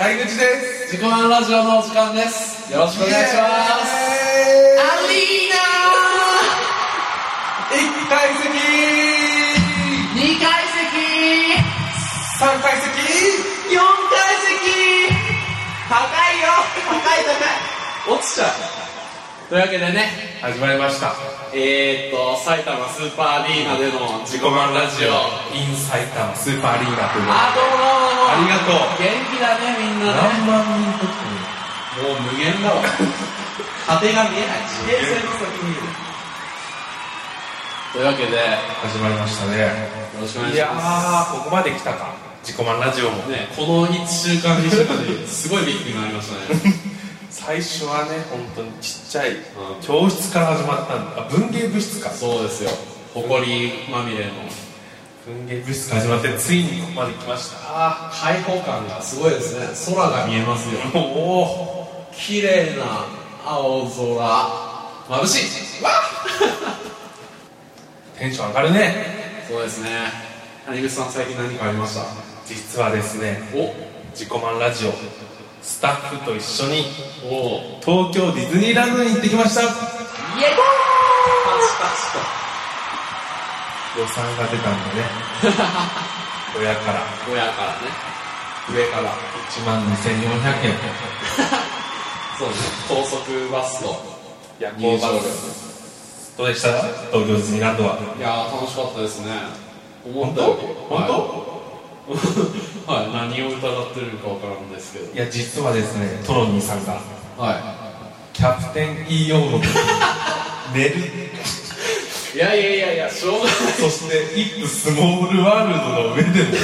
谷口です。 自己満ラジオのお時間です。よろしくお願いします。アリーナ 1階席、 2階席、 3階席、 4階席。高いよ、高い高い、落ちちゃう。というわけでね、 始まりました。 埼玉スーパーアリーナでの自己満ラジオ in 埼玉スーパーアリーナということで、 あ、どうもありがとう。 元気だね、みんなね。 何万人とってもう無限だわ。果てが見えない。地平線の先にいる。というわけで始まりましたね。 よろしくお願いします。 ここまで来たか。自己満ラジオもね、この1週間2週間ですごいビッグになりましたね。 最初はね、本当にちっちゃい教室から始まったんだ。文芸部室か。 そうですよ。埃まみれの文芸部室から始まって、ついにここまで来ました。 開放感がすごいですね。空が見えますよ。 おお、 綺麗な青空、眩しい。わテンション上がるね。 そうですね。谷口さん、最近何かありました？ 実はですね、自己満ラジオスタッフと一緒に東京ディズニーランドに行ってきました。イエーイ。パチパチと予算が出たんでね。親からね、 上から 12,400円。 そうね、高速バスと夜行バス。どうでした？東京ディズニーランドは。 いやー、楽しかったですね。思ったより。 本当？ はい、何を疑ってるかわからんですけど。 いや、実はですね、トロニーさんがキャプテン EO の時に寝る。 いや、しょうがない。 そしてイップスモールワールドの上でも寝る。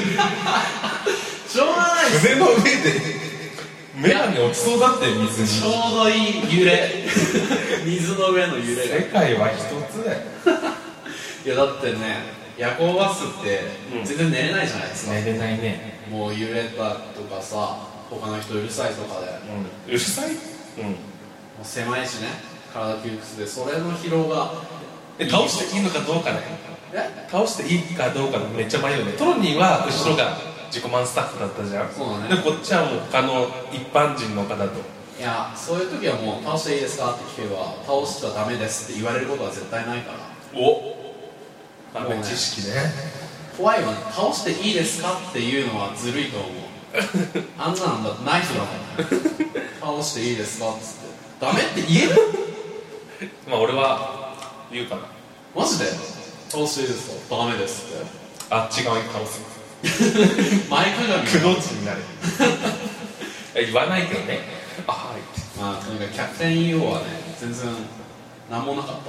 しょうがない。 船の上でメガネ落ちそうだって、水に。 ちょうどいい揺れ。水の上の揺れが。 世界は一つだよ。 いや、だってね、夜行バスって全然寝れないじゃないですか。 寝れないね。 もう揺れたとかさ、他の人うるさいとかで、 うるさい。 もう狭いしね、体窮屈で、それの疲労が倒していいのかどうかね。倒していいかどうかめっちゃ迷うね。トロニーは後ろが自己満スタッフだったじゃん。 そうだね。 でこっちはもう他の一般人の方と。 いや、そういう時はもう倒していいですかって聞けば、倒しちゃダメですって言われることは絶対ないから。 豆知識ね。 怖いわね。倒していいですかっていうのはずるいと思う。あんなのだってない人だもん。倒していいですかっつってダメって言える？ まあ俺は言うかな。 マジで倒していいですか？ダメですって。 あっち側に倒す。 前かがみ。 くの字になる。言わないけどね。はい。 まあとにかくキャプテン EO はね、全然何もなかった。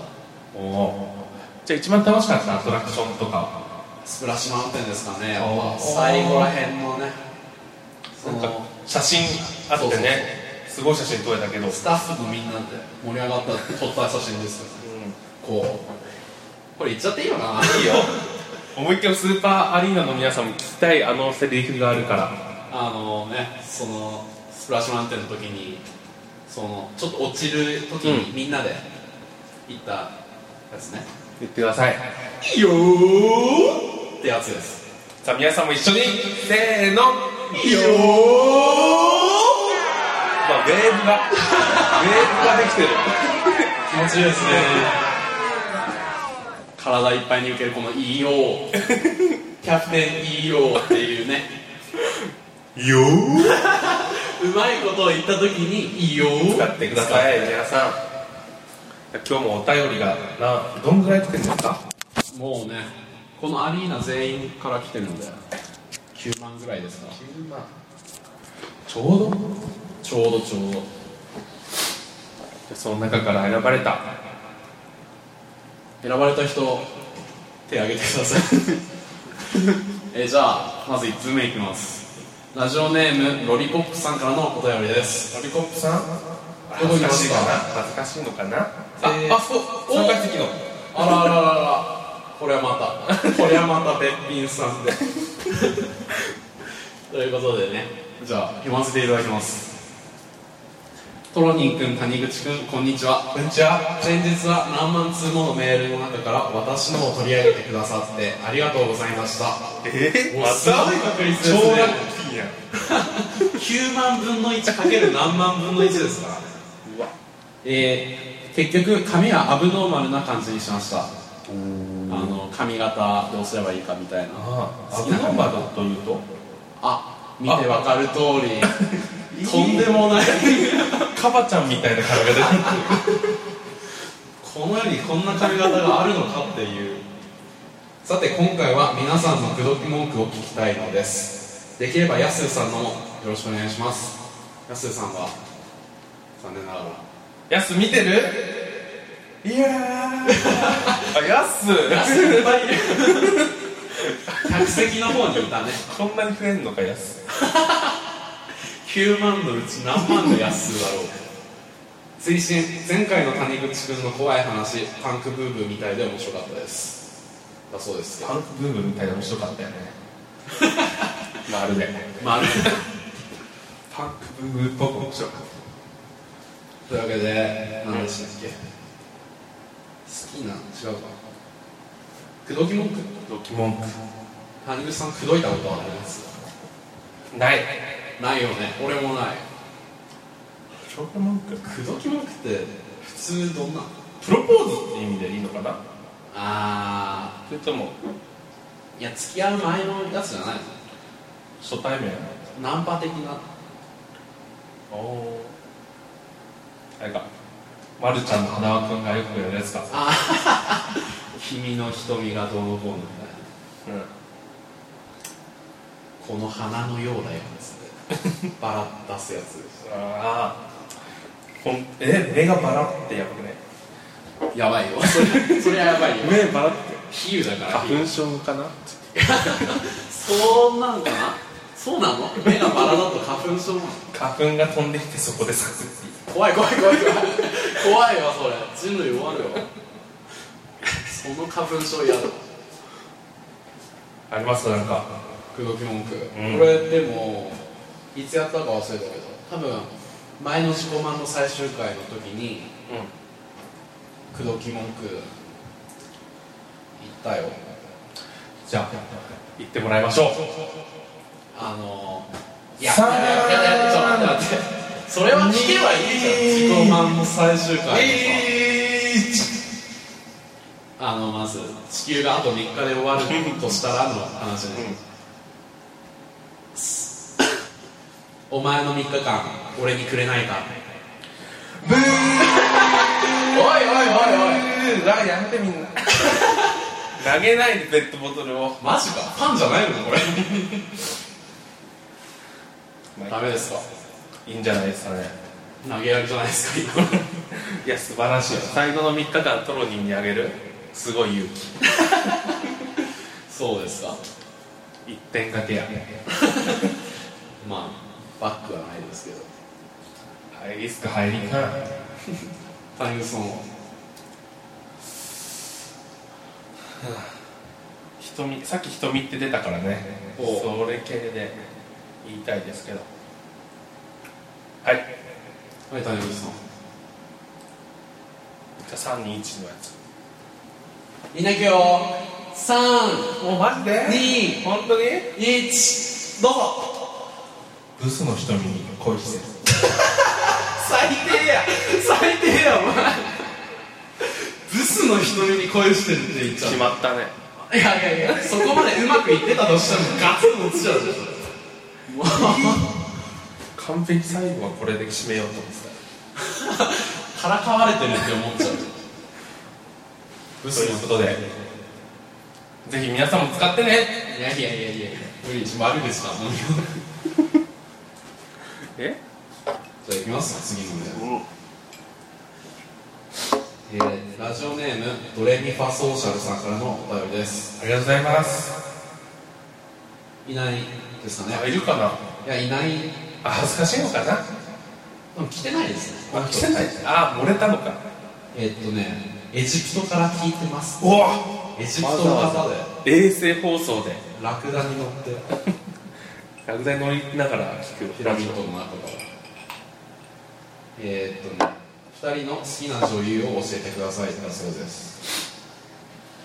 じゃあ一番楽しかったアトラクションとか。 スプラッシュマウンテンですかね。やっぱ最後らへんのね、 なんか写真あってね、すごい写真撮れたけど、 スタッフとみんなで盛り上がった撮った写真ですよね。これ言っちゃっていいのかな？ いいよ。思いっきりスーパーアリーナの皆さんも聞きたいセリフがあるから。 そのスプラッシュマウンテンの時に、そのちょっと落ちる時にみんなで行ったやつね。 言ってください。 いいよーってやつです。 さあ皆さんも一緒にせーの。 いいよー。 まあウェーブができてる。 気持ちいいですね。体いっぱいに受けるこの EO キャプテン EO っていうね。 いいよー。 うまいことを言った時にいいよー使ってください。皆さん、今日もお便りがどんぐらい来てるんですか？ もうね、このアリーナ全員から来てるんで9万ぐらいですか。 9万。ちょうどその中から選ばれた人手挙げてください。じゃあまず1通目いきます。ラジオネームロリポップさんからのお便りです。 ロリポップさん、 どこ行きますか？ 恥ずかしいのかな。 そう 3階席の。 あらこれはまたべっぴんさんでということでね、じゃあ読ませていただきます。トロニー君、谷口君、こんにちは。 こんにちは。 先日は何万通ものメールの中から私のを取り上げてくださってありがとうございました。 ますごい確率ですね。 超ラッキーやん。 9万分の1かける何万分の1ですか。 うわ。 結局髪はアブノーマルな感じにしました。髪型どうすればいいかみたいな。 アブノーマルというと、 見てわかる通りとんでもないカバちゃんみたいな髪型この世にこんな髪型があるのかっていう。さて今回は皆さんの口説き文句を聞きたいのです。できればやすさんのもよろしくお願いします。やすさんは残念ながら。 やす見てる？いやーやすいっぱいいる客席の方にいたね。 こんなに増えんのかやす 9万のうち何万のやすだろう。追伸、前回の谷口くんの怖い話、パンクブーブーみたいで面白かったですだそうですけど。 パンクブーブーみたいで面白かったよねまるでパンクブーブーっぽく面白かった。 というわけで何でしたっけ、好きな、違うか、口説き文句。 口説き文句、 谷口さん口説いたことあります？ ないないよね。俺もない。 口説き文句、 口説き文句って普通どんな？ プロポーズって意味でいいのかな。それともいや、付き合う前のやつじゃないの？ 初対面、 ナンパ的な。 あれか、まるちゃんの花輪くんがよくやるやつか。 君の瞳がどうのこうのみたいな、この花のようだよつってバラ出すやつ。 目がバラってやばくね。 やばいよそれはやばいよ。 目バラって比喩だから。 花粉症かなそうなんかな。そうなの？目がバラだと花粉症なの？ 花粉が飛んできてそこで咲くっていう。 怖いわそれ。人類終わるよその花粉症嫌だ。 ありますなんか口説き文句、これでもいつやったか忘れたけど、多分前の自己満の最終回の時に、口説き文句言ったよ。 じゃあ言ってもらいましょう。 いや、ちょっと待って、それは聞けばいいじゃん。自己満の最終回のさ、まず地球があと3日で終わるとしたらの話ね、お前の3日間俺にくれないか。 ブーおいやめてみんな投げないでペットボトルを。 マジか、ファンじゃないのこれダメですか？ いいんじゃないですかね。 投げやりじゃないですか今いや素晴らしいよ。最後の3日間トロニーにあげるすごい勇気そうですか。 一点掛けやまあバックはないですけど。 入りっすか入りか谷口さんは瞳、さっき瞳って出たからね、それ系で言いたいですけど。はい谷口さん。 じゃあ321のやつみんな行くよ。3、 もうマジで 2、 本当に 1、どうぞ。 ブスの瞳に恋してる最低やお前ブスの瞳に恋してるって言っちゃう。 決まったね。 いやそこまでうまくいってたとしてもガツン落ちちゃうでしょもう完璧。最後はこれで締めようと思ってからかわれてるって思っちゃうブスのことでぜひ皆さんも使ってね。 いや無理、悪口だもんじゃあいきます次のね、ラジオネームドレミファソーシャルさんからのお便りです。 ありがとうございます。 いないですかね。 いるかな。 いや、いない。 恥ずかしいのかな。 でも来てないですね。 来てない。漏れたのか。 エジプトから聞いてます。エジプトの方で衛星放送でラクダに乗ってラクダに乗りながら聞くピラミッドの中から2人の好きな女優を教えてくださいだそうです。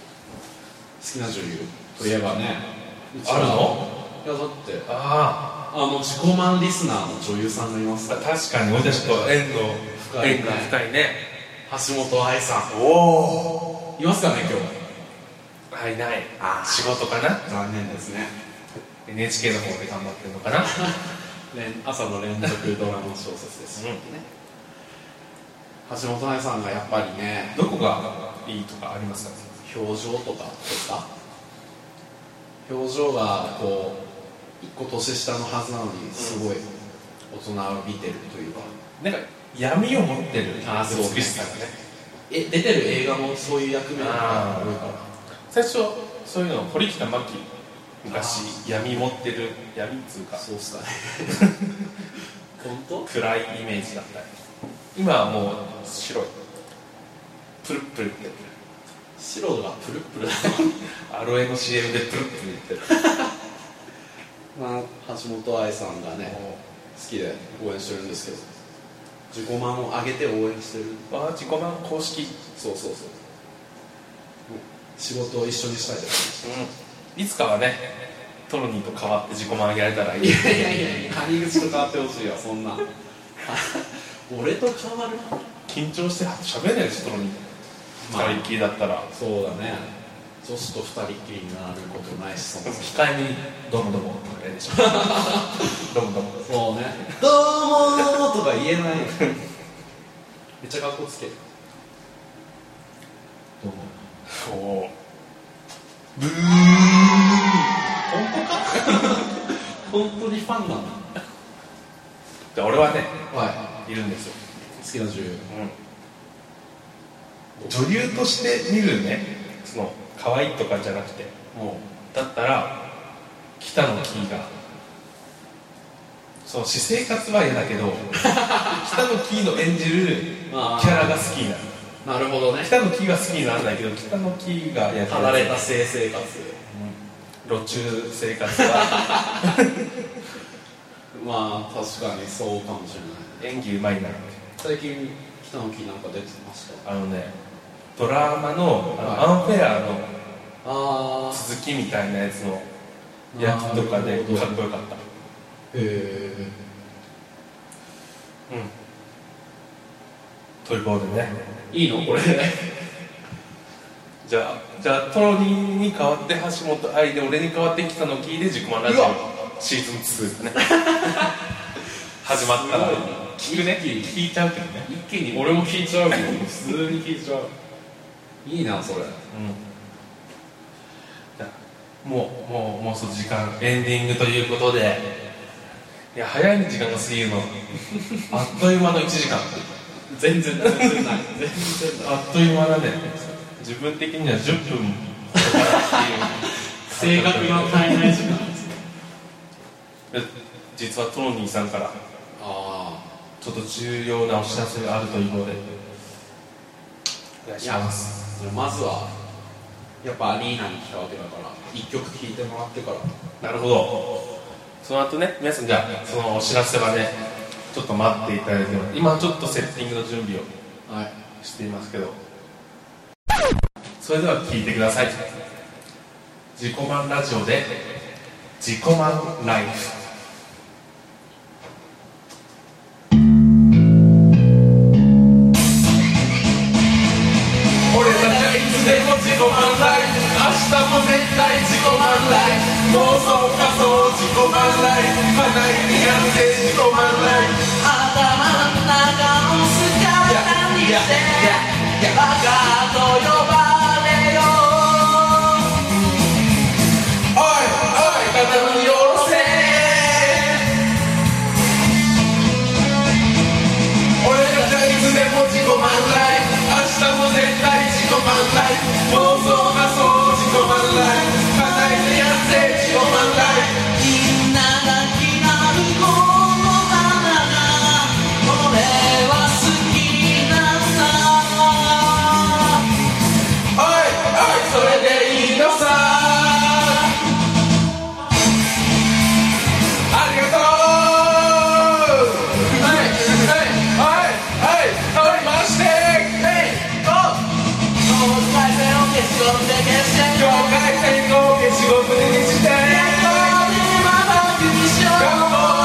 好きな女優といえばね、 あるの？ いやだって自己満リスナーの女優さんがいますか。 確かに俺たちと縁が深いね。 橋本愛さん。 おお、 いますかね今日。 はい、ない。仕事かな。 残念ですね。 NHK の方で頑張ってるのかな。 朝の連続ドラマ小説ですね、橋本愛さんがやっぱりね、 どこがいいとかありますか。 表情とかですか。表情がこう一個年下のはずなのにすごい大人を見てるというか、 なんか闇を持ってる美しさがね。出てる映画もそういう役目が多いから。 最初そういうの堀北真希、昔闇持ってる、闇っつうか、 そうっすかね。本当暗いイメージだったり、今はもう白いプルップルって白がプルップルだアロエの CM でプルップル言ってる。 橋本愛さんがね好きで応援してるんですけど、自己満を上げて応援してる。 自己満公式。 そう仕事を一緒にしたいです、 いつかはねトロニーと変わって自己満上げられたらいい。 いや谷口と変わってほしいよそんな。俺と変わる。 緊張して喋れないでしょトロニー。二人っきりだったら。 そうだね、女子と二人っきりになることないし、その控えめにどうもどうもとかでしょ。どうもどうも。 そうね、どうもとか言えない。めっちゃ格好つける。どうも。 そうブー。 本当か。本当にファンなんだ。 で俺はね、 はいるんですよ、 好きな女優。 女優として見るね、その可愛いとかじゃなくて、だったら北野キーが、その私生活は嫌だけど北野キーの演じるキャラが好きになる。 なるほどね。 北野キーは好きにならないけど、北野キーがやってる離れた性生活、 路中生活はまあ確かにそうかもしれない。 演技うまいな。 最近北野キーなんか出てました。 ドラマの、アンフェアのあ続きみたいなやつの役とかでかっこよかった。 へえ。 ということでね、 いいのこれ。 じゃあトロニーに代わって橋本愛で、俺に代わって北野キーで自己満ラジオシーズン2ね始まったら聞くね、聞いちゃうけどね。 一気に俺も聞いちゃうもん。普通に聞いちゃう。いいなそれ。 もうすぐ時間、エンディングということで、いや早いね時間が過ぎるの。あっという間の1時間。 全然ない。全然ない。 あっという間だね。自分的には10分正確な体内時間ですね。 実はトロニーさんからちょっと重要なお知らせがあるというのでお願いします。 まずはやっぱアリーナに来たわけだから1曲聴いてもらってから。 なるほど。その後ね、皆さんじゃあそのお知らせはねちょっと待っていただいて、今ちょっとセッティングの準備をしていますけど、それでは聴いてください。自己満ラジオで自己満ライフ。俺たちはいつでも自己満ライフ、明日も絶対自己満ライフ、妄想仮想自己満ライフ、叶いにやって自己満ライフ、 頭の中を姿にしてバカと呼ばれよおいおい肩に下ろせ。俺たちはいつでも自己満ライフ、明日も絶対自己満ライフ、妄想仮想自己満ライフ、叶いにやって自己満ライフ。 みんなが気がるこの花が俺は好きなんだ。 おいおいそれでいいのさ。ありがとう。はい回して境界線を消しゴムで消して境界線を消しゴムで消してここでまた首しよう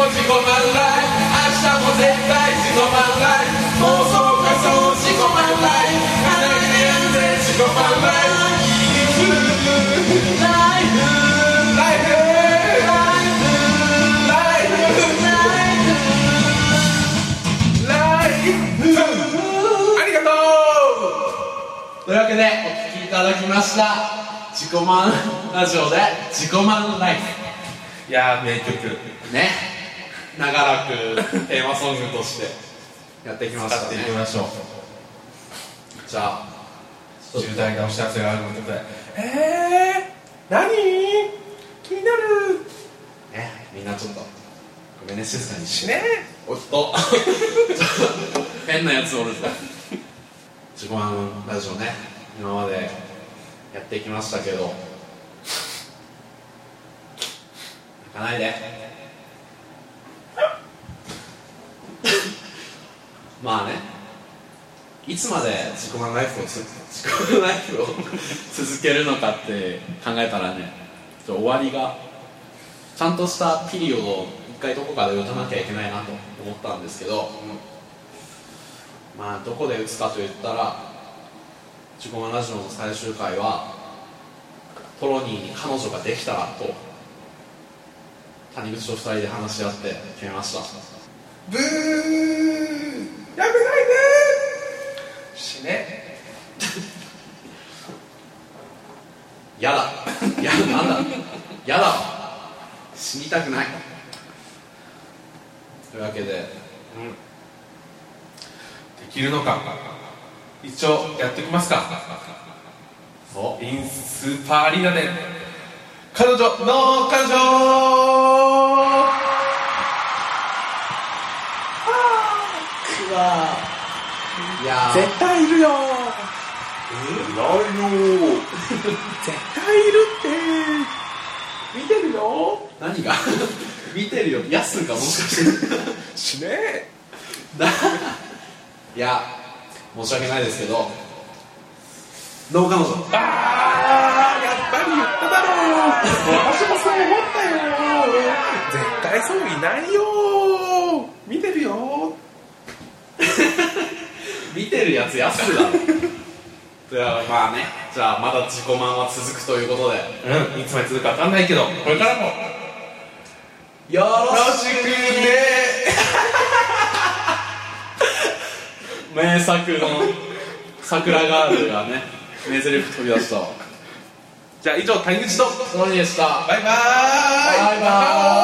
自己満来、明日も絶対自己満来、もうそうかそう自己満来、花毛でやんぜ自己満来、ライフライフライフライフありがとう。 というわけでお聴きいただきました自己満ラジオで自己満ライフ。 いやー名曲ね、長らくテーマソングとしてやってきましたね。 使っていきましょう。 じゃあ重大なお知らせがあるので、何気になるね、みんなちょっとごめんね、静かにしね。 おっと変なやつおるぞ。自己満ラジオね、今までやってきましたけど、泣かないでまあね、いつまで自己満ライフを続けるのかって考えたらね、終わりがちゃんとしたピリオドを一回どこかで打たなきゃいけないなと思ったんですけど、まあどこで打つかといったら、自己満ラジオの最終回はトロニーに彼女ができたらと谷口と2人で話し合って決めました。 ブーやめないで死ねやだなんだやだ死にたくないというわけで、 できるのか一応やっておきますか。 おインスーパーアリーナで彼女の彼女いや絶対いるよないよ絶対いるって見てるよ何が見てるよ、やすんかもしかして死ねいや申し訳ないですけど、ノー彼女。 やっぱり言っただろう私もそう思ったよ絶対そういないよ見てるよ見てるやつやすだろじゃあまあね、じゃあまだ自己満は続くということで、 いつまで続くか分かんないけどこれからもよろしくね名作の桜ガールがね名台詞飛び出したわ。 じゃあ以上谷口とトロニーでした。 バイバーイバイバーイ。